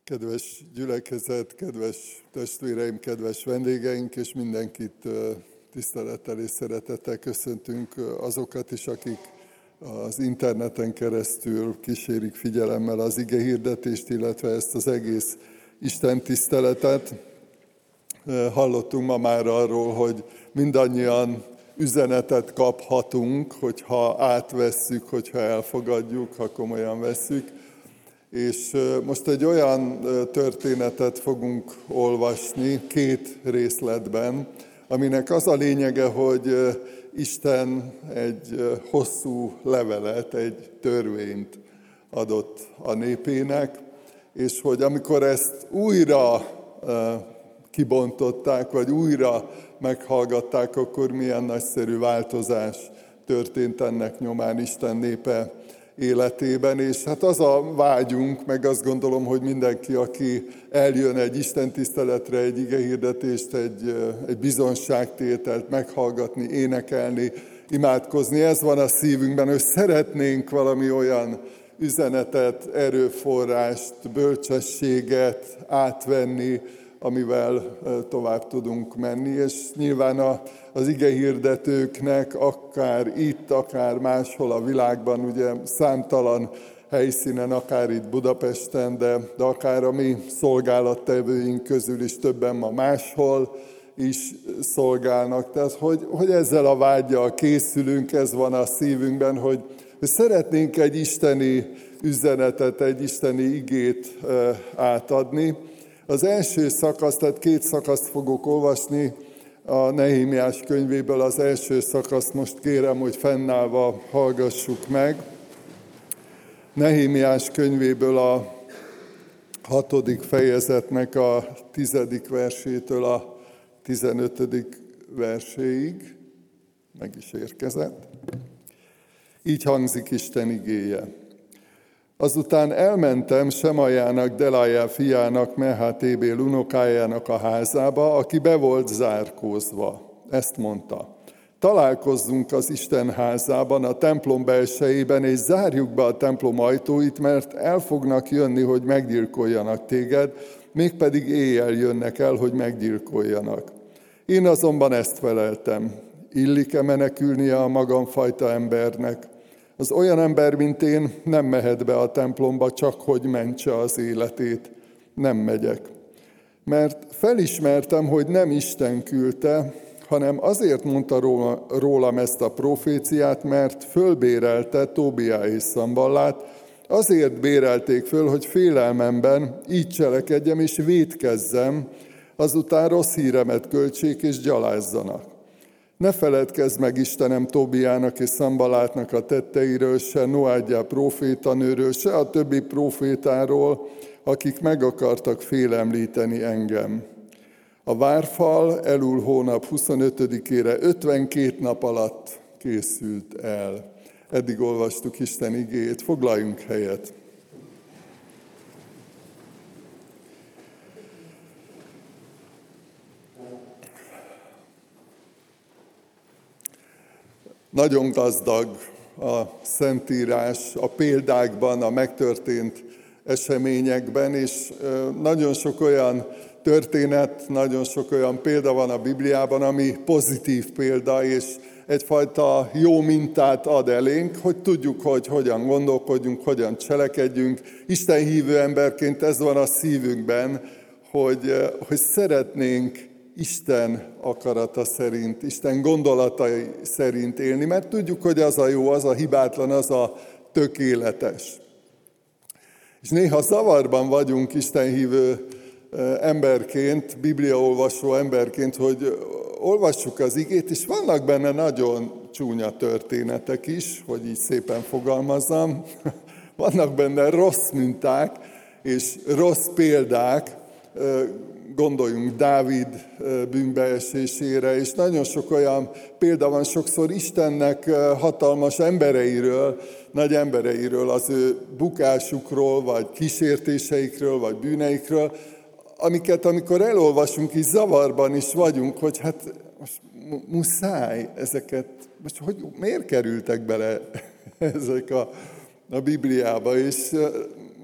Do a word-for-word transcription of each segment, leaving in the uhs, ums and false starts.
Kedves gyülekezet, kedves testvéreim, kedves vendégeink, és mindenkit tisztelettel és szeretettel köszöntünk, azokat is, akik az interneten keresztül kísérik figyelemmel az ige hirdetést, illetve ezt az egész Isten tiszteletet. Hallottunk ma már arról, hogy mindannyian üzenetet kaphatunk, hogyha átvesszük, hogyha elfogadjuk, ha komolyan vesszük. És most egy olyan történetet fogunk olvasni két részletben, aminek az a lényege, hogy Isten egy hosszú levelet, egy törvényt adott a népének, és hogy amikor ezt újra kibontották, vagy újra meghallgatták, akkor milyen nagyszerű változás történt ennek nyomán Isten népe életében, és hát az a vágyunk, meg azt gondolom, hogy mindenki, aki eljön egy istentiszteletre, egy igehirdetést, egy, egy bizonságtételt meghallgatni, énekelni, imádkozni, ez van a szívünkben, hogy szeretnénk valami olyan üzenetet, erőforrást, bölcsességet átvenni, amivel tovább tudunk menni, és nyilván a, az igehirdetőknek akár itt, akár máshol a világban, ugye számtalan helyszínen, akár itt Budapesten, de, de akár a mi szolgálattevőink közül is többen ma máshol is szolgálnak. Tehát, hogy, hogy ezzel a vággyal készülünk, ez van a szívünkben, hogy, hogy szeretnénk egy isteni üzenetet, egy isteni igét átadni. Az első szakasz, tehát két szakaszt fogok olvasni a Nehémiás könyvéből. Az első szakaszt most kérem, hogy fennállva hallgassuk meg. Nehémiás könyvéből a hatodik fejezetnek a tizedik versétől a tizenötödik verséig. Meg is érkezett. Így hangzik Isten igéje. Azután elmentem Semajának, Delájá fiának, Mehatébél unokájának a házába, aki be volt zárkózva. Ezt mondta: találkozzunk az Isten házában, a templom belsejében, és zárjuk be a templom ajtóit, mert el fognak jönni, hogy meggyilkoljanak téged, mégpedig éjjel jönnek el, hogy meggyilkoljanak. Én azonban ezt feleltem: illik-e menekülnie a magamfajta embernek? Az olyan ember, mint én, nem mehet be a templomba, csak hogy mentse az életét. Nem megyek. Mert felismertem, hogy nem Isten küldte, hanem azért mondta rólam ezt a proféciát, mert fölbérelte Tóbiá és Szanballát, azért bérelték föl, hogy félelmemben így cselekedjem és vétkezzem, azután rossz híremet költsék és gyalázzanak. Ne feledkezz meg, Istenem, Tóbiának és Szanballátnak a tetteiről, se Noádjá prófétanőről, se a többi prófétáról, akik meg akartak félemlíteni engem. A várfal elul hónap huszonötödikére ötvenkét nap alatt készült el. Eddig olvastuk Isten igéjét, foglaljunk helyet. Nagyon gazdag a Szentírás a példákban, a megtörtént eseményekben, és nagyon sok olyan történet, nagyon sok olyan példa van a Bibliában, ami pozitív példa, és egyfajta jó mintát ad elénk, hogy tudjuk, hogy hogyan gondolkodjunk, hogyan cselekedjünk. Isten hívő emberként ez van a szívünkben, hogy, hogy szeretnénk Isten akarata szerint, Isten gondolatai szerint élni, mert tudjuk, hogy az a jó, az a hibátlan, az a tökéletes. És néha zavarban vagyunk istenhívő emberként, bibliaolvasó emberként, hogy olvassuk az igét, és vannak benne nagyon csúnya történetek is, hogy így szépen fogalmazzam. Vannak benne rossz minták és rossz példák, gondoljunk Dávid bűnbeesésére, és nagyon sok olyan példa van sokszor Istennek hatalmas embereiről, nagy embereiről, az ő bukásukról, vagy kísértéseikről, vagy bűneikről, amiket amikor elolvasunk, is zavarban is vagyunk, hogy hát most muszáj ezeket, most hogy, miért kerültek bele ezek a, a Bibliába, és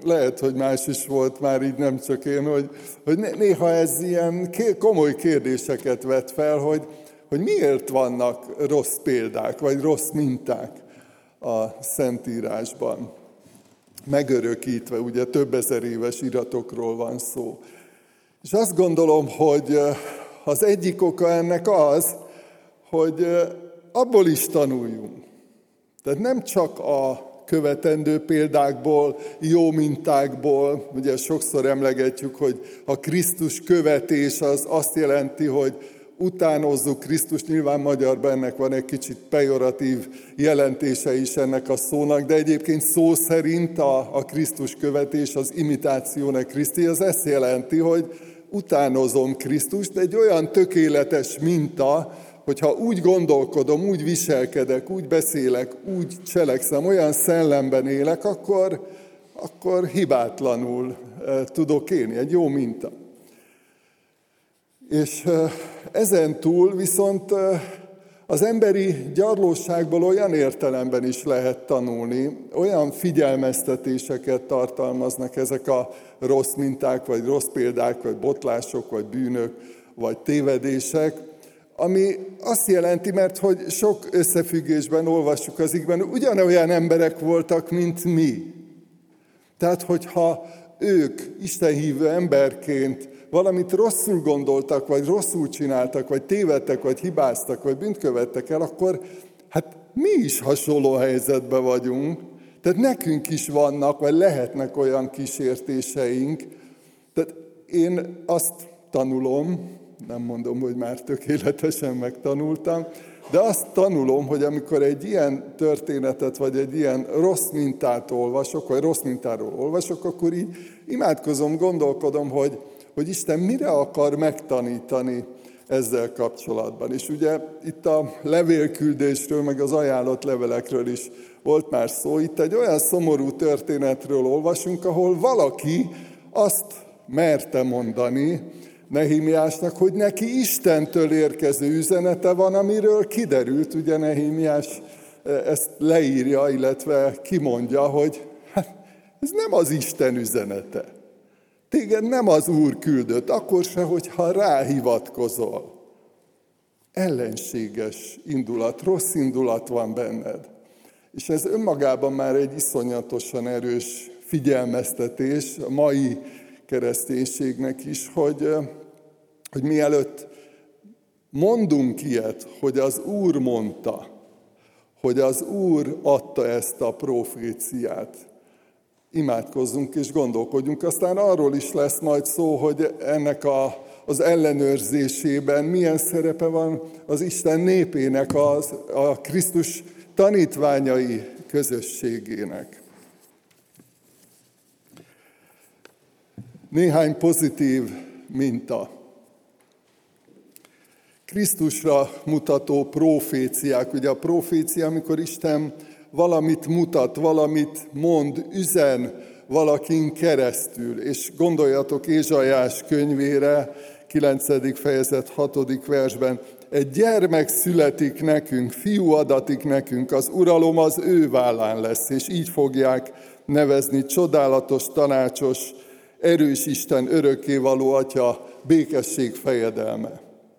lehet, hogy más is volt már így, nem csak én, hogy, hogy néha ez ilyen komoly kérdéseket vet fel, hogy, hogy miért vannak rossz példák, vagy rossz minták a Szentírásban. Megörökítve, ugye több ezer éves iratokról van szó. És azt gondolom, hogy az egyik oka ennek az, hogy abból is tanuljunk. Tehát nem csak a követendő példákból, jó mintákból, ugye sokszor emlegetjük, hogy a Krisztus követés az azt jelenti, hogy utánozzuk Krisztus, nyilván magyarban ennek van egy kicsit pejoratív jelentése is ennek a szónak, de egyébként szó szerint a, a Krisztus követés, az imitációne Kriszti, az ezt jelenti, hogy utánozom Krisztust, egy olyan tökéletes minta, hogyha úgy gondolkodom, úgy viselkedek, úgy beszélek, úgy cselekszem, olyan szellemben élek, akkor, akkor hibátlanul tudok élni, egy jó minta. És ezen túl viszont az emberi gyarlóságból olyan értelemben is lehet tanulni, olyan figyelmeztetéseket tartalmaznak ezek a rossz minták, vagy rossz példák, vagy botlások, vagy bűnök, vagy tévedések, ami azt jelenti, mert hogy sok összefüggésben olvassuk az igében, ugyanolyan emberek voltak, mint mi. Tehát, hogyha ők istenhívő emberként valamit rosszul gondoltak, vagy rosszul csináltak, vagy tévedtek, vagy hibáztak, vagy bűnt követtek el, akkor hát mi is hasonló helyzetben vagyunk. Tehát nekünk is vannak, vagy lehetnek olyan kísértéseink. Tehát én azt tanulom, nem mondom, hogy már tökéletesen megtanultam, de azt tanulom, hogy amikor egy ilyen történetet, vagy egy ilyen rossz mintát olvasok, vagy rossz mintáról olvasok, akkor így imádkozom, gondolkodom, hogy, hogy Isten mire akar megtanítani ezzel kapcsolatban. És ugye itt a levélküldésről, meg az ajánlott levelekről is volt már szó. Itt egy olyan szomorú történetről olvasunk, ahol valaki azt merte mondani Nehémiásnak, hogy neki Istentől érkező üzenete van, amiről kiderült, ugye Nehémiás ezt leírja, illetve kimondja, hogy hát, ez nem az Isten üzenete. Téged nem az Úr küldött, akkor se, hogyha ráhivatkozol. Ellenséges indulat, rossz indulat van benned. És ez önmagában már egy iszonyatosan erős figyelmeztetés a mai kereszténységnek is, hogy, hogy mielőtt mondunk ilyet, hogy az Úr mondta, hogy az Úr adta ezt a proféciát, imádkozzunk és gondolkodjunk. Aztán arról is lesz majd szó, hogy ennek a, az ellenőrzésében milyen szerepe van az Isten népének, az, a Krisztus tanítványai közösségének. Néhány pozitív minta. Krisztusra mutató proféciák. Ugye a profécia, amikor Isten valamit mutat, valamit mond, üzen valakin keresztül. És gondoljatok Ézsaiás könyvére, kilencedik fejezet hatodik versben. Egy gyermek születik nekünk, fiú adatik nekünk, az uralom az ő vállán lesz, és így fogják nevezni: csodálatos, tanácsos, erős Isten, örökkévaló Atya, békesség fejedelme.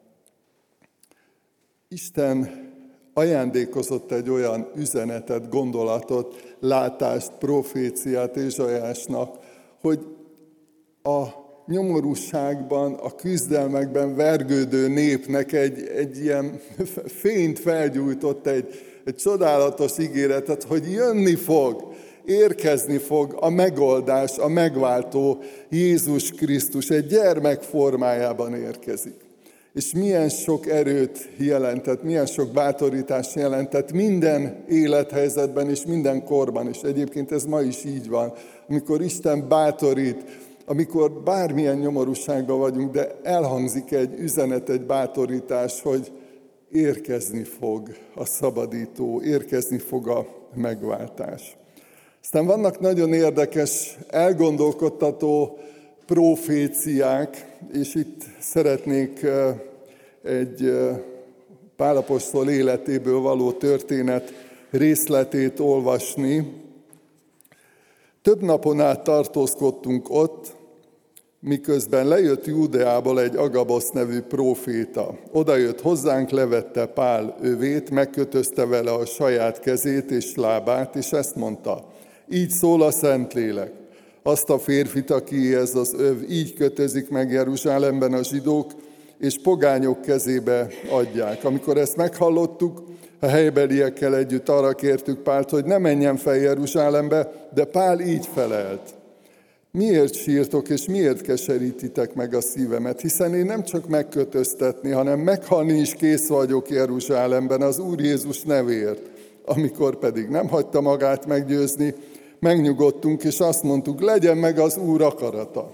Isten ajándékozott egy olyan üzenetet, gondolatot, látást, proféciát Ézsaiásnak, hogy a nyomorúságban, a küzdelmekben vergődő népnek egy, egy ilyen fényt felgyújtott, egy, egy csodálatos ígéretet, hogy jönni fog, érkezni fog a megoldás, a megváltó Jézus Krisztus, egy gyermek formájában érkezik. És milyen sok erőt jelentett, milyen sok bátorítást jelentett minden élethelyzetben és minden korban. És egyébként ez ma is így van. Amikor Isten bátorít, amikor bármilyen nyomorúságban vagyunk, de elhangzik egy üzenet, egy bátorítás, hogy érkezni fog a szabadító, érkezni fog a megváltás. Aztán vannak nagyon érdekes, elgondolkodtató proféciák, és itt szeretnék egy Pál apostol életéből való történet részletét olvasni. Több napon át tartózkodtunk ott, miközben lejött Júdeából egy Agabosz nevű próféta. Oda jött hozzánk, levette Pál övét, megkötözte vele a saját kezét és lábát, és ezt mondta: így szól a Szentlélek. Azt a férfit, aki ez az öv, így kötözik meg Jeruzsálemben a zsidók, és pogányok kezébe adják. Amikor ezt meghallottuk, a helybeliekkel együtt arra kértük Pált, hogy ne menjen fel Jeruzsálembe, de Pál így felelt: miért sírtok, és miért keserítitek meg a szívemet? Hiszen én nem csak megkötöztetni, hanem meghalni is kész vagyok Jeruzsálemben az Úr Jézus nevéért. Amikor pedig nem hagyta magát meggyőzni, megnyugodtunk, és azt mondtuk: legyen meg az Úr akarata.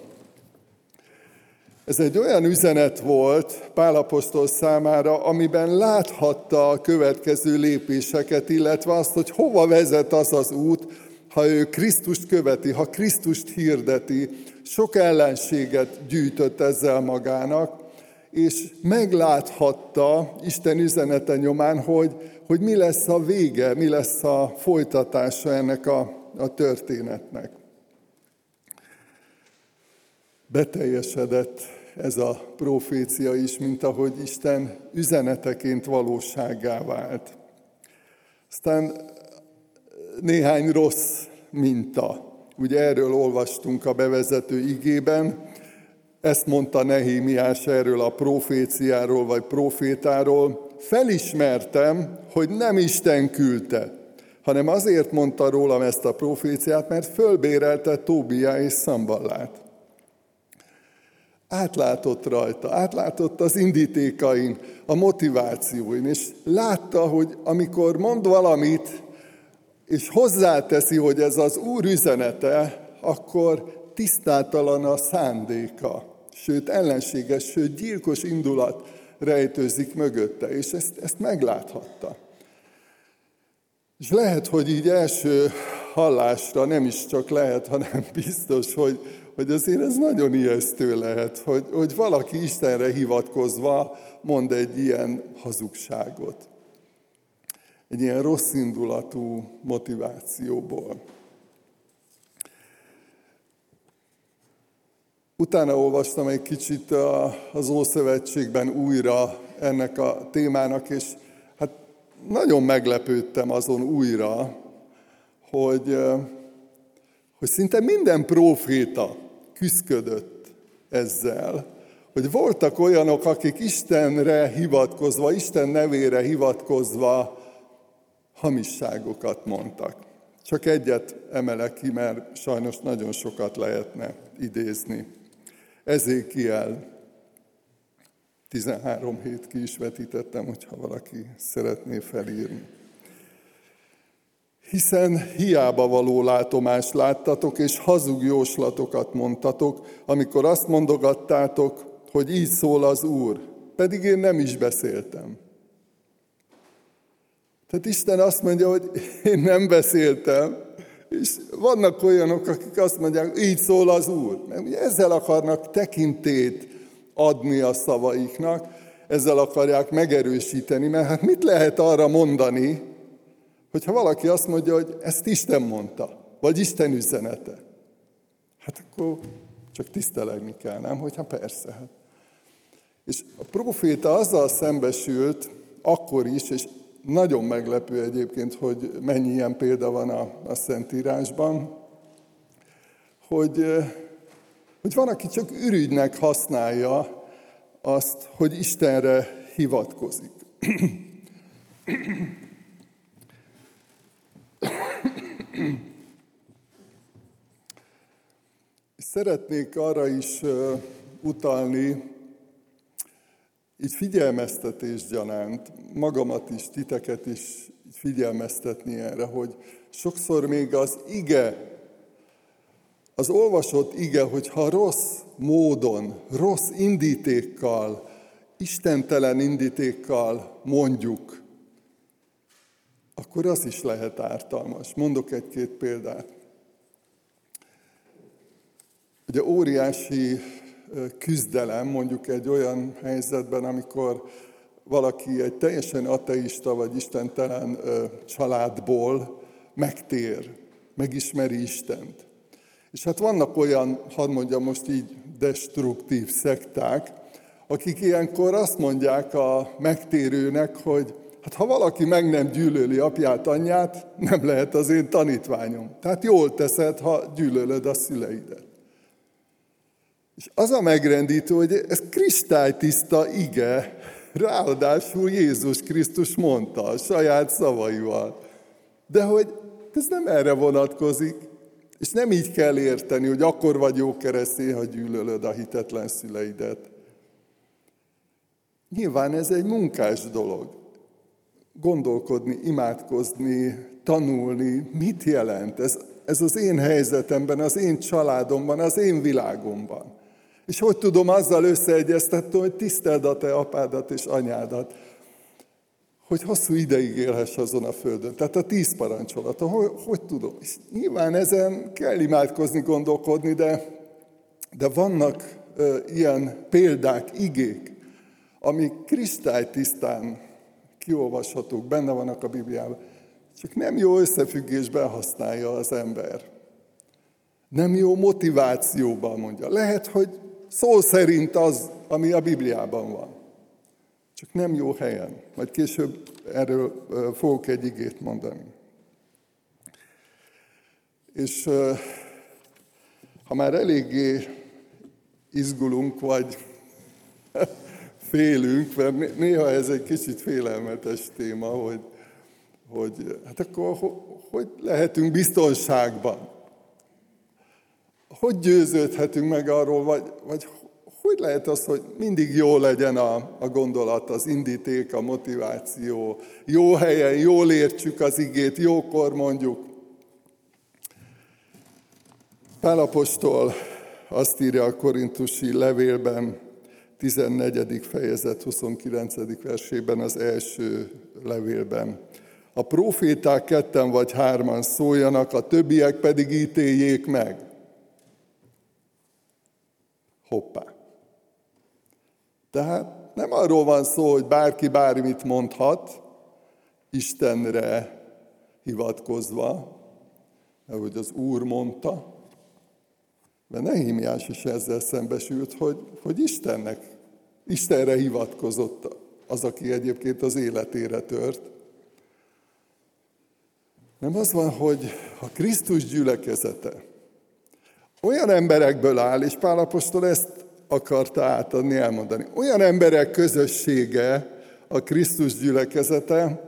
Ez egy olyan üzenet volt Pál apostol számára, amiben láthatta a következő lépéseket, illetve azt, hogy hova vezet az az út, ha ő Krisztust követi, ha Krisztust hirdeti. Sok ellenséget gyűjtött ezzel magának, és megláthatta Isten üzenete nyomán, hogy, hogy mi lesz a vége, mi lesz a folytatása ennek a, a történetnek. Beteljesedett ez a profécia is, mint ahogy Isten üzeneteként valósággá vált. Aztán néhány rossz minta. Ugye erről olvastunk a bevezető igében. Ezt mondta Nehémiás erről a proféciáról vagy profétáról: felismertem, hogy nem Isten küldte, hanem azért mondta rólam ezt a proféciát, mert fölbérelte Tóbia és Szamballát. Átlátott rajta, átlátott az indítékain, a motivációin, és látta, hogy amikor mond valamit, és hozzáteszi, hogy ez az Úr üzenete, akkor tisztátalan a szándéka, sőt ellenséges, sőt gyilkos indulat rejtőzik mögötte, és ezt, ezt megláthatta. És lehet, hogy így első hallásra nem is csak lehet, hanem biztos, hogy, hogy azért ez nagyon ijesztő lehet, hogy, hogy valaki Istenre hivatkozva mond egy ilyen hazugságot. Egy ilyen rossz indulatú motivációból. Utána olvastam egy kicsit az Ószövetségben újra ennek a témának, és hát nagyon meglepődtem azon újra, hogy, hogy szinte minden próféta küszködött ezzel, hogy voltak olyanok, akik Istenre hivatkozva, Isten nevére hivatkozva hamisságokat mondtak. Csak egyet emelek ki, mert sajnos nagyon sokat lehetne idézni. Ezékiel tizenhárom hét ki is vetítettem, hogyha valaki szeretné felírni. Hiszen hiába való látomást láttatok, és hazug jóslatokat mondtatok, amikor azt mondogattátok, hogy így szól az Úr, pedig én nem is beszéltem. Tehát Isten azt mondja, hogy én nem beszéltem, és vannak olyanok, akik azt mondják, így szól az Úr. Mert ezzel akarnak tekintét adni a szavaiknak, ezzel akarják megerősíteni, mert hát mit lehet arra mondani, hogyha valaki azt mondja, hogy ezt Isten mondta, vagy Isten üzenete. Hát akkor csak tisztelegni kell, nem? Hogyha persze. Hát. És a próféta azzal szembesült akkor is, és nagyon meglepő egyébként, hogy mennyi ilyen példa van a, a Szentírásban, hogy, hogy van, aki csak ürügynek használja azt, hogy Istenre hivatkozik. Szeretnék arra is utalni, így figyelmeztetés gyanánt, magamat is, titeket is figyelmeztetni erre, hogy sokszor még az ige, az olvasott ige, hogyha rossz módon, rossz indítékkal, istentelen indítékkal mondjuk, akkor az is lehet ártalmas. Mondok egy-két példát. Ugye óriási küzdelem, mondjuk egy olyan helyzetben, amikor valaki egy teljesen ateista vagy istentelen családból megtér, megismeri Istent. És hát vannak olyan, hadd mondjam most így, destruktív szekták, akik ilyenkor azt mondják a megtérőnek, hogy hát ha valaki meg nem gyűlöli apját, anyját, nem lehet az én tanítványom. Tehát jól teszed, ha gyűlölöd a szüleidet. És az a megrendítő, hogy ez kristálytiszta ige, ráadásul Jézus Krisztus mondta a saját szavaival. De hogy ez nem erre vonatkozik, és nem így kell érteni, hogy akkor vagy jó keresztény, ha gyűlölöd a hitetlen szüleidet. Nyilván ez egy munkás dolog. Gondolkodni, imádkozni, tanulni, mit jelent? Ez, ez az én helyzetemben, az én családomban, az én világomban. És hogy tudom azzal összeegyeztetni, hogy tiszteld a te apádat és anyádat, hogy hosszú ideig élhess azon a földön. Tehát a tíz parancsolata, hogy, hogy tudom? És nyilván ezen kell imádkozni, gondolkodni, de, de vannak ö, ilyen példák, igék, amik kristálytisztán kiolvashatók, benne vannak a Bibliában. Csak nem jó összefüggésben használja az ember. Nem jó motivációban mondja. Lehet, hogy szó szerint az, ami a Bibliában van. Csak nem jó helyen. Majd később erről fogok egy igét mondani. És ha már eléggé izgulunk, vagy félünk, mert néha ez egy kicsit félelmetes téma, hogy, hogy hát akkor hogy lehetünk biztonságban? Hogy győződhetünk meg arról, vagy, vagy hogy lehet az, hogy mindig jó legyen a, a gondolat, az indíték, a motiváció, jó helyen, jól értsük az igét, jókor mondjuk. Pál apostol azt írja a korintusi levélben, tizennegyedik fejezet huszonkilencedik versében, az első levélben. A próféták ketten vagy hárman szóljanak, a többiek pedig ítéljék meg. Hoppá. Tehát nem arról van szó, hogy bárki bármit mondhat, Istenre hivatkozva, ahogy az Úr mondta, de Nehémiás is ezzel szembesült, hogy, hogy Istennek, Istenre hivatkozott az, aki egyébként az életére tört. Nem az van, hogy a Krisztus gyülekezete olyan emberekből áll, és Pál apostol ezt akarta átadni, elmondani. Olyan emberek közössége a Krisztus gyülekezete,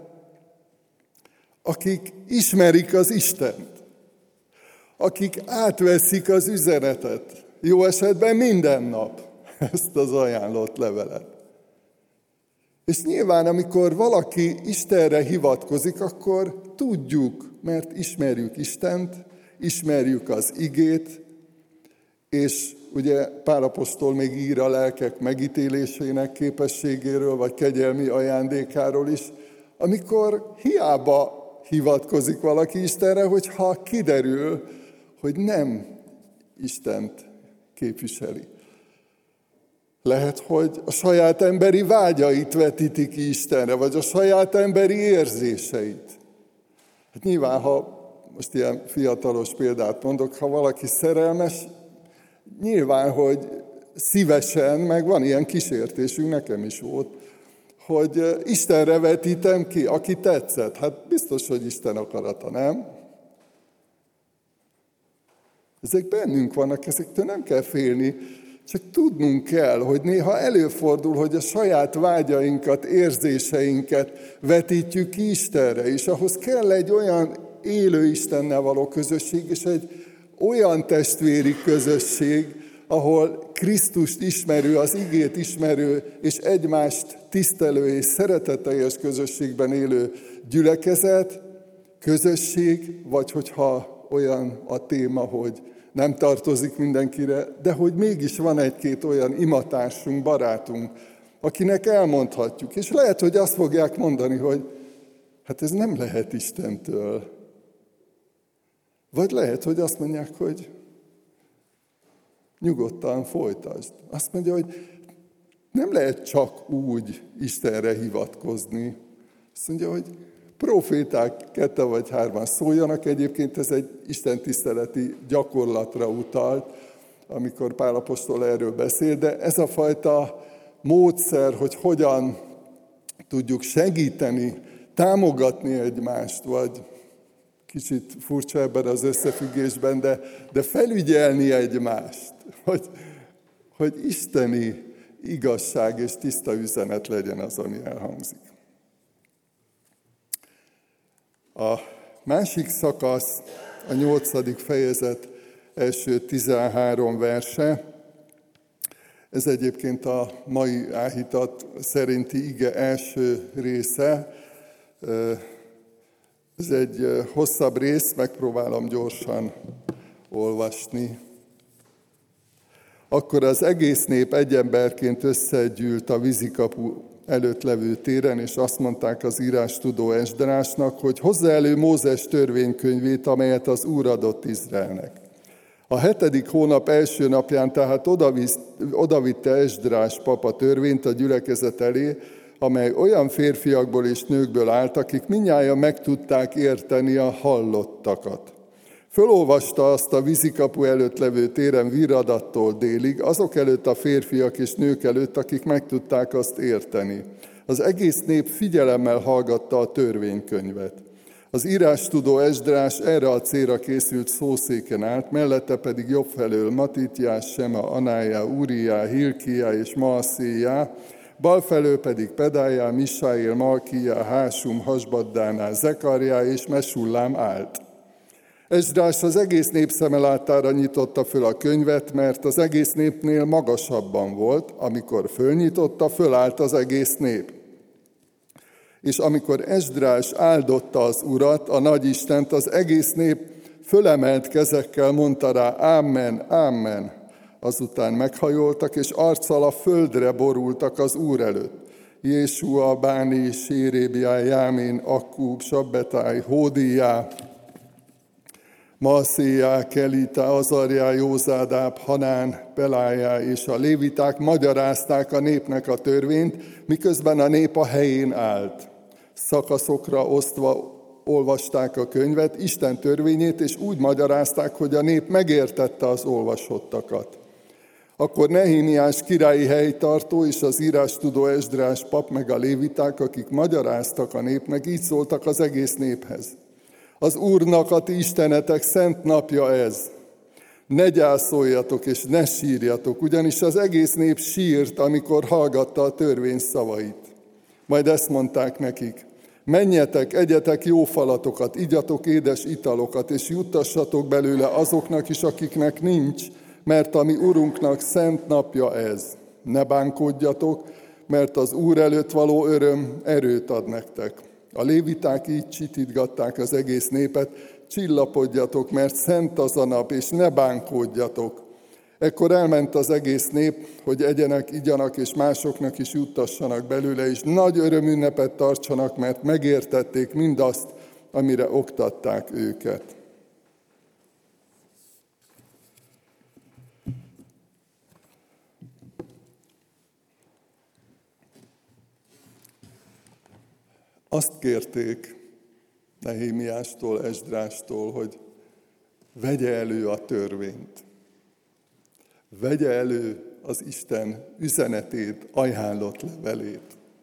akik ismerik az Istent, akik átveszik az üzenetet, jó esetben minden nap ezt az ajánlott levelet. És nyilván, amikor valaki Istenre hivatkozik, akkor tudjuk, mert ismerjük Istent, ismerjük az igét, és ugye Pál apostol még ír a lelkek megítélésének képességéről, vagy kegyelmi ajándékáról is, amikor hiába hivatkozik valaki Istenre, hogyha kiderül, hogy nem Istent képviseli. Lehet, hogy a saját emberi vágyait vetíti ki Istenre, vagy a saját emberi érzéseit. Hát nyilván, ha most ilyen fiatalos példát mondok, ha valaki szerelmes, nyilván, hogy szívesen, meg van ilyen kísértésünk, nekem is volt, hogy Istenre vetítem ki, aki tetszett. Hát biztos, hogy Isten akarata, nem? Ezek bennünk vannak, ezektől nem kell félni, csak tudnunk kell, hogy néha előfordul, hogy a saját vágyainkat, érzéseinket vetítjük ki Istenre, és ahhoz kell egy olyan élő Istennel való közösség, és egy olyan testvéri közösség, ahol Krisztust ismerő, az igét ismerő, és egymást tisztelő és szeretetteljes közösségben élő gyülekezet, közösség, vagy hogyha olyan a téma, hogy nem tartozik mindenkire, de hogy mégis van egy-két olyan imatársunk, barátunk, akinek elmondhatjuk. És lehet, hogy azt fogják mondani, hogy hát ez nem lehet Istentől. Vagy lehet, hogy azt mondják, hogy nyugodtan folytasd. Azt mondja, hogy nem lehet csak úgy Istenre hivatkozni. Azt mondja, hogy proféták ketten vagy hárman szóljanak. Egyébként ez egy istentiszteleti gyakorlatra utalt, amikor Pál apostol erről beszél, de ez a fajta módszer, hogy hogyan tudjuk segíteni, támogatni egymást, vagy kicsit furcsa ebben az összefüggésben, de, de felügyelni egymást, hogy, hogy isteni igazság és tiszta üzenet legyen az, ami elhangzik. A másik szakasz, a nyolcadik fejezet első tizenhárom verse, ez egyébként a mai áhítat szerinti ige első része. Ez egy hosszabb rész, megpróbálom gyorsan olvasni. Akkor az egész nép egy emberként összegyűlt a vízikapu előtt levő téren, és azt mondták az írástudó Esdrásnak, hogy hozza elő Mózes törvénykönyvét, amelyet az Úr adott Izraelnek. A hetedik hónap első napján tehát odavitte Esdrás pap a törvényt a gyülekezet elé, amely olyan férfiakból és nőkből állt, akik mindnyájan meg tudták érteni a hallottakat. Fölolvasta azt a vízikapu előtt levő téren Viradattól délig, azok előtt a férfiak és nők előtt, akik meg tudták azt érteni. Az egész nép figyelemmel hallgatta a törvénykönyvet. Az írástudó Esdrás erre a célra készült szószéken állt, mellette pedig jobb felől Matitjás, Sema, Anájá, Úriá, Hilkiá és Maasszéjá, bal felől pedig Pedájá, Misáél, Malkijá, Hásum, Hasbaddánál, Zekarjá és Mesullám állt. Esdrás az egész nép szeme láttára nyitotta föl a könyvet, mert az egész népnél magasabban volt, amikor fölnyitotta, fölállt az egész nép. És amikor Esdrás áldotta az Urat, a Nagyistent, az egész nép fölemelt kezekkel mondta rá, Ámen, Ámen. Azután meghajoltak, és arccal a földre borultak az Úr előtt. Jésua, Báni, Sérébiá, Jámén, Akkub, Sabbetáj, Hódiá, Maasszéjá, Kelita, Azarjá, Józádáb, Hanán, Pelájá és a léviták magyarázták a népnek a törvényt, miközben a nép a helyén állt. Szakaszokra osztva olvasták a könyvet, Isten törvényét, és úgy magyarázták, hogy a nép megértette az olvasottakat. Akkor Nehémiás királyi helytartó és az írástudó Esdrás pap meg a léviták, akik magyaráztak a népnek, így szóltak az egész néphez. Az Úrnak, a ti istenetek szent napja ez. Ne gyászoljatok és ne sírjatok, ugyanis az egész nép sírt, amikor hallgatta a törvény szavait. Majd ezt mondták nekik, menjetek, egyetek jó falatokat, igyatok édes italokat, és juttassatok belőle azoknak is, akiknek nincs, mert a mi Urunknak szent napja ez. Ne bánkodjatok, mert az Úr előtt való öröm erőt ad nektek. A léviták így csitítgatták az egész népet, csillapodjatok, mert szent az a nap, és ne bánkodjatok. Ekkor elment az egész nép, hogy egyenek, igyanak, és másoknak is juttassanak belőle, és nagy örömünnepet tartsanak, mert megértették mindazt, amire oktatták őket. Azt kérték Nehémiástól, Esdrástól, hogy vegye elő a törvényt. Vegye elő az Isten üzenetét, ajánlott levelét.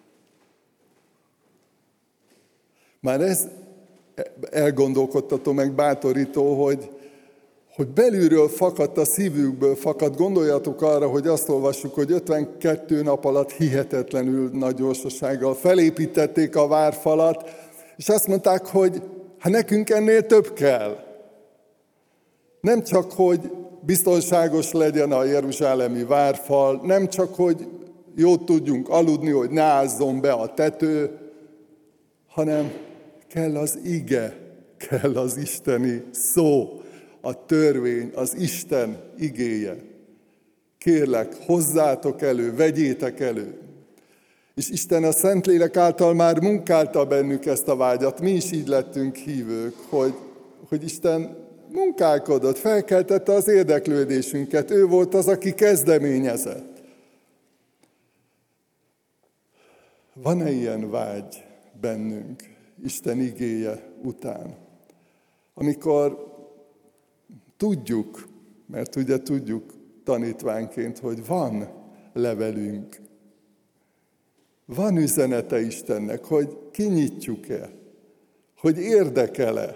Már ez elgondolkodtató, meg bátorító, hogy, hogy belülről fakadt, a szívükből fakadt. Gondoljatok arra, hogy azt olvassuk, hogy ötvenkettő nap alatt hihetetlenül nagy gyorsasággal felépítették a várfalat, és azt mondták, hogy hát nekünk ennél több kell. Nem csak, hogy biztonságos legyen a jeruzsálemi várfal, nem csak, hogy jót tudjunk aludni, hogy ne ázzon be a tető, hanem kell az ige, kell az isteni szó, a törvény, az Isten igéje. Kérlek, hozzátok elő, vegyétek elő. És Isten a Szentlélek által már munkálta bennük ezt a vágyat. Mi is így lettünk hívők, hogy, hogy Isten munkálkodott, felkeltette az érdeklődésünket. Ő volt az, aki kezdeményezett. Van-e ilyen vágy bennünk? Isten igéje után. Amikor tudjuk, mert ugye tudjuk tanítványként, hogy van levelünk, van üzenete Istennek, hogy kinyitjuk-e, hogy érdekel-e,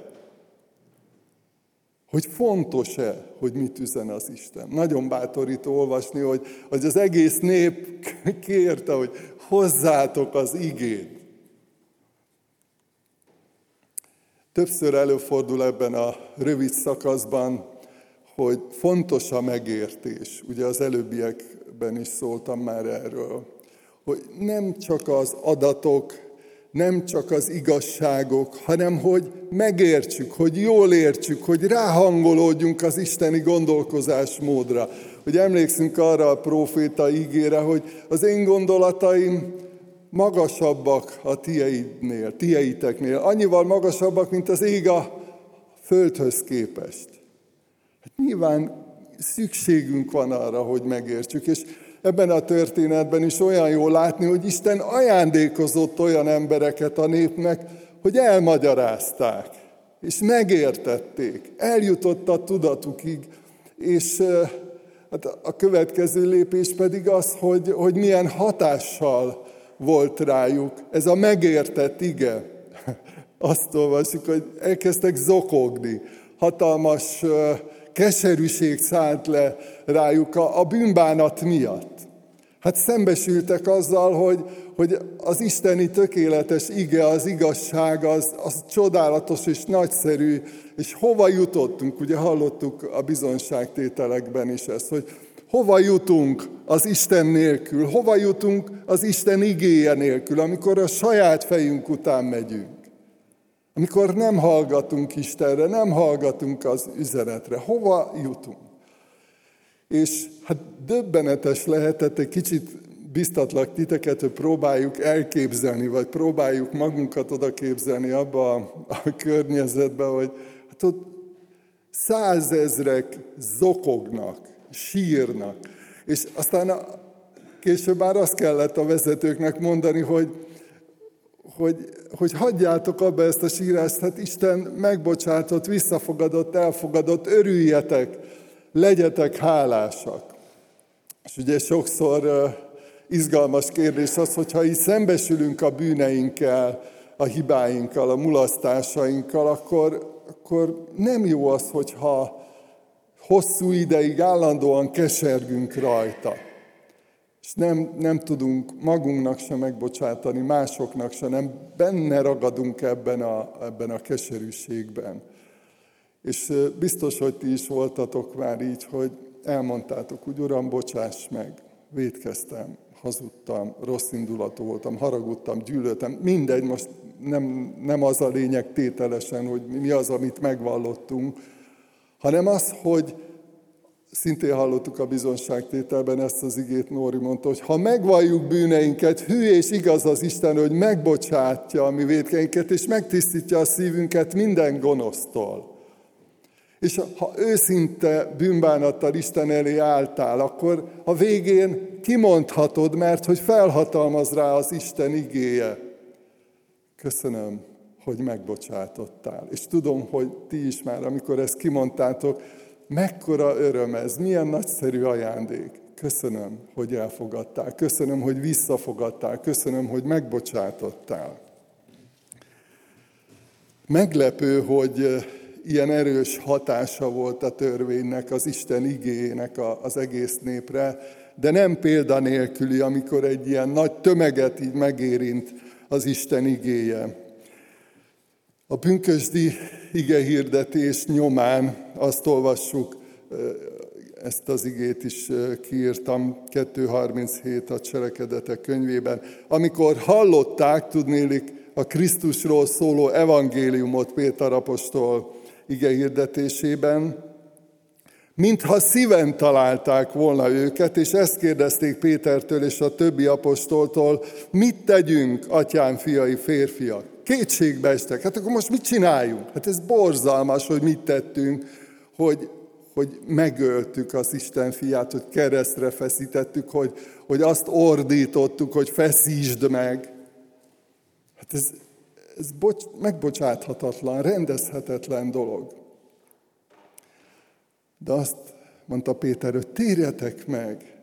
hogy fontos-e, hogy mit üzen az Isten. Nagyon bátorító olvasni, hogy, hogy az egész nép kérte, hogy hozzátok az igét. Többször előfordul ebben a rövid szakaszban, hogy fontos a megértés. Ugye az előbbiekben is szóltam már erről. Hogy nem csak az adatok, nem csak az igazságok, hanem hogy megértsük, hogy jól értsük, hogy ráhangolódjunk az isteni gondolkozásmódra. Hogy emlékszünk arra a próféta ígére, hogy az én gondolataim magasabbak a tieidnél, tieiteknél. Annyival magasabbak, mint az ég a földhöz képest. Hát nyilván szükségünk van arra, hogy megértsük, és ebben a történetben is olyan jól látni, hogy Isten ajándékozott olyan embereket a népnek, hogy elmagyarázták, és megértették, eljutott a tudatukig, és hát a következő lépés pedig az, hogy, hogy milyen hatással volt rájuk ez a megértett ige. Azt olvasjuk, hogy elkezdtek zokogni, hatalmas keserűség szállt le rájuk a, a bűnbánat miatt. Hát szembesültek azzal, hogy, hogy az isteni tökéletes ige, az igazság, az, az csodálatos és nagyszerű, és hova jutottunk, ugye hallottuk a bizonyságtételekben is ezt, hogy hova jutunk az Isten nélkül, hova jutunk az Isten igéje nélkül, amikor a saját fejünk után megyünk. Amikor nem hallgatunk Istenre, nem hallgatunk az üzenetre, hova jutunk? És hát döbbenetes lehetett, egy kicsit biztatlak titeket, hogy próbáljuk elképzelni, vagy próbáljuk magunkat oda képzelni abba a, a környezetbe, hogy hát ott százezrek zokognak, sírnak. És aztán a, később már azt kellett a vezetőknek mondani, hogy Hogy, hogy hagyjátok abba ezt a sírást, hát Isten megbocsátott, visszafogadott, elfogadott, örüljetek, legyetek hálásak. És ugye sokszor uh, izgalmas kérdés az, hogyha így szembesülünk a bűneinkkel, a hibáinkkal, a mulasztásainkkal, akkor, akkor nem jó az, hogyha hosszú ideig állandóan kesergünk rajta. És nem, nem tudunk magunknak sem megbocsátani, másoknak sem, nem benne ragadunk ebben a, ebben a keserűségben. És biztos, hogy ti is voltatok már így, hogy elmondtátok, úgy Uram, bocsáss meg, vétkeztem, hazudtam, rossz indulatú voltam, haragudtam, gyűlöltem, mindegy, most nem, nem az a lényeg tételesen, hogy mi az, amit megvallottunk, hanem az, hogy szintén hallottuk a bizonságtételben ezt az igét, Nóri mondta, hogy ha megvalljuk bűneinket, hű és igaz az Isten, hogy megbocsátja a mi vétkeinket, és megtisztítja a szívünket minden gonosztól. És ha őszinte bűnbánattal Isten elé álltál, akkor a végén kimondhatod, mert hogy felhatalmaz rá az Isten igéje. Köszönöm, hogy megbocsátottál. És tudom, hogy ti is már, amikor ezt kimondtátok, mekkora öröm ez, milyen nagyszerű ajándék. Köszönöm, hogy elfogadtál. Köszönöm, hogy visszafogadtál. Köszönöm, hogy megbocsátottál. Meglepő, hogy ilyen erős hatása volt a törvénynek, az Isten igéjének az egész népre, de nem példanélküli, amikor egy ilyen nagy tömeget így megérint az Isten igéje. A pünkösdi igehirdetés nyomán azt olvassuk, ezt az igét is kiírtam, kettő harminchét a Cselekedetek könyvében. Amikor hallották, tudnélik, a Krisztusról szóló evangéliumot Péter apostol igehirdetésében, mintha szíven találták volna őket, és ezt kérdezték Pétertől és a többi apostoltól, mit tegyünk, atyám fiai, férfiak? Kétségbe estek. Hát akkor most mit csináljunk? Hát ez borzalmas, hogy mit tettünk, hogy, hogy megöltük az Isten fiát, hogy keresztre feszítettük, hogy, hogy azt ordítottuk, hogy feszítsd meg. Hát ez, ez bocs, megbocsáthatatlan, rendezhetetlen dolog. De azt mondta Péter, hogy térjetek meg,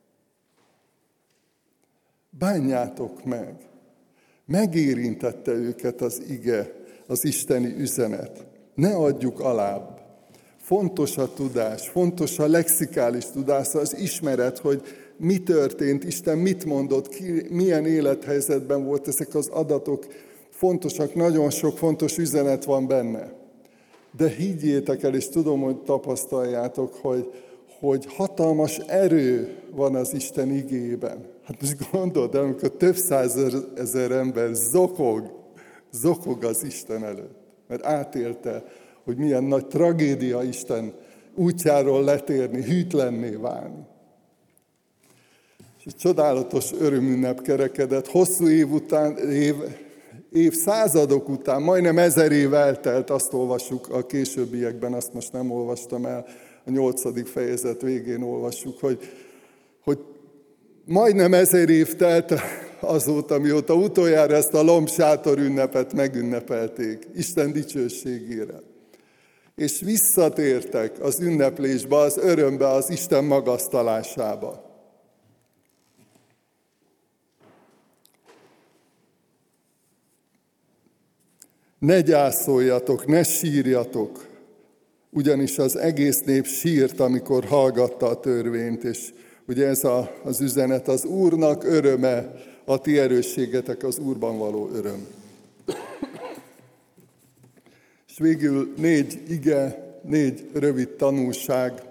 bánjátok meg. Megérintette őket az ige, az isteni üzenet. Ne adjuk alább. Fontos a tudás, fontos a lexikális tudás, az ismeret, hogy mi történt, Isten mit mondott, ki, milyen élethelyzetben volt, ezek az adatok fontosak, nagyon sok fontos üzenet van benne. De higgyétek el, és tudom, hogy tapasztaljátok, hogy, hogy hatalmas erő van az Isten igében. Hát most gondold el, amikor több százezer ember zokog, zokog az Isten előtt, mert átélte, hogy milyen nagy tragédia Isten útjáról letérni, hűtlenné válni. És egy csodálatos örömünnep kerekedett, hosszú év után, év, évszázadok után, majdnem ezer év eltelt, azt olvassuk a későbbiekben, azt most nem olvastam el, a nyolcadik fejezet végén olvassuk, hogy, hogy majdnem ezer év telt azóta, mióta utoljára ezt a lombsátor ünnepet megünnepelték, Isten dicsőségére. És visszatértek az ünneplésbe, az örömbe, az Isten magasztalásába. Ne gyászoljatok, ne sírjatok, ugyanis az egész nép sírt, amikor hallgatta a törvényt, és ugye ez a, az üzenet, az Úrnak öröme, a ti erősségetek az Úrban való öröm. És végül négy ige, négy rövid tanulság.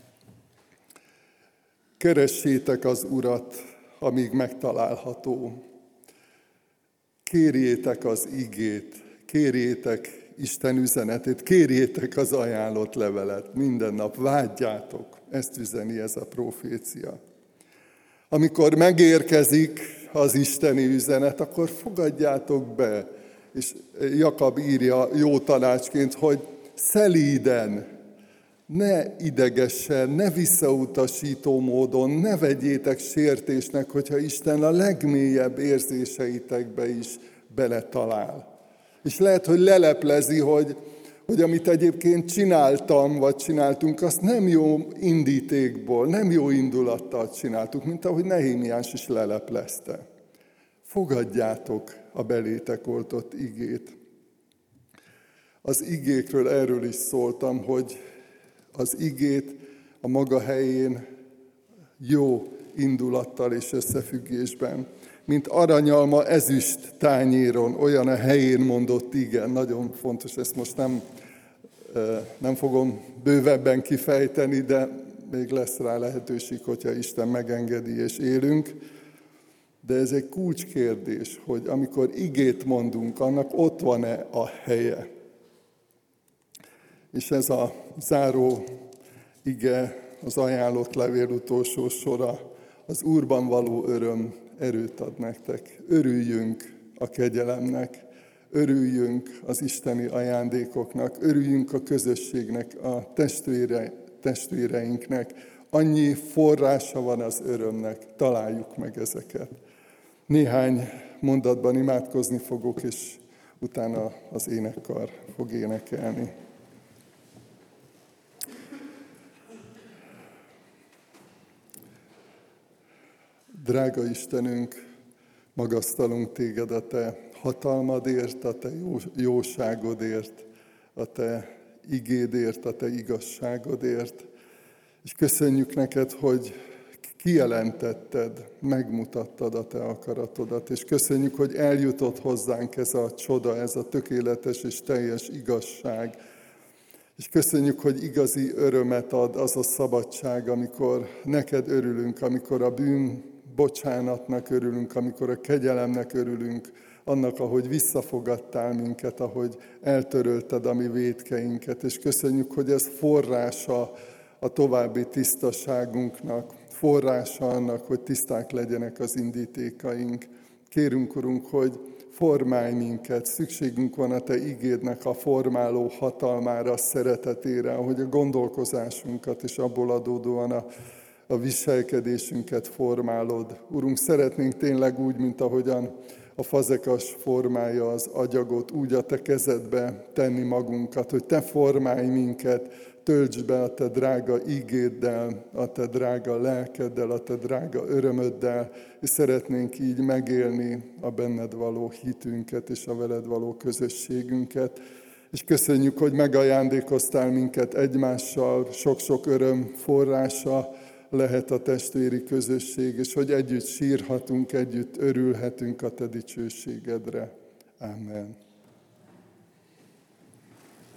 Keressétek az Urat, amíg megtalálható. Kérjétek az igét, kérjétek Isten üzenetét, kérjétek az ajánlott levelet, minden nap vágyjátok. Ezt üzeni ez a profécia. Amikor megérkezik az isteni üzenet, akkor fogadjátok be. És Jakab írja jó tanácsként, hogy szelíden, ne idegesen, ne visszautasító módon, ne vegyétek sértésnek, hogyha Isten a legmélyebb érzéseitekbe is beletalál. És lehet, hogy leleplezi, hogy, hogy amit egyébként csináltam, vagy csináltunk, azt nem jó indítékból, nem jó indulattal csináltuk, mint ahogy Nehémiás is leleplezte. Fogadjátok a belétek oltott igét. Az igékről erről is szóltam, hogy az igét a maga helyén jó indulattal és összefüggésben, mint aranyalma ezüst tányéron, olyan a helyén mondott igen. Nagyon fontos, ezt most nem, nem fogom bővebben kifejteni, de még lesz rá lehetőség, hogyha Isten megengedi és élünk. De ez egy kulcskérdés, hogy amikor igét mondunk, annak ott van-e a helye. És ez a záró ige, az ajánlott levél utolsó sora, az Úrban való öröm erőt ad nektek. Örüljünk a kegyelemnek, örüljünk az isteni ajándékoknak, örüljünk a közösségnek, a testvére, testvéreinknek. Annyi forrása van az örömnek, találjuk meg ezeket. Néhány mondatban imádkozni fogok, és utána az énekkar fog énekelni. Drága Istenünk, magasztalunk téged a te hatalmadért, a te jóságodért, a te igédért, a te igazságodért, és köszönjük neked, hogy kijelentetted, megmutattad a te akaratodat, és köszönjük, hogy eljutott hozzánk ez a csoda, ez a tökéletes és teljes igazság. És köszönjük, hogy igazi örömet ad az a szabadság, amikor neked örülünk, amikor a bűn bocsánatnak örülünk, amikor a kegyelemnek örülünk, annak, ahogy visszafogadtál minket, ahogy eltörölted a mi vétkeinket, és köszönjük, hogy ez forrása a további tisztaságunknak, forrása annak, hogy tiszták legyenek az indítékaink. Kérünk, Urunk, hogy formálj minket, szükségünk van a te igédnek a formáló hatalmára, a szeretetére, ahogy a gondolkozásunkat és abból adódóan a, a viselkedésünket formálod. Urunk, szeretnénk tényleg úgy, mint ahogyan a fazekas formája az agyagot, úgy a te kezedbe tenni magunkat, hogy te formálj minket, töltsd be a te drága ígéddel, a te drága lelkeddel, a te drága örömöddel, és szeretnénk így megélni a benned való hitünket és a veled való közösségünket. És köszönjük, hogy megajándékoztál minket egymással, sok-sok öröm forrása lehet a testvéri közösség, és hogy együtt sírhatunk, együtt örülhetünk a te dicsőségedre. Amen.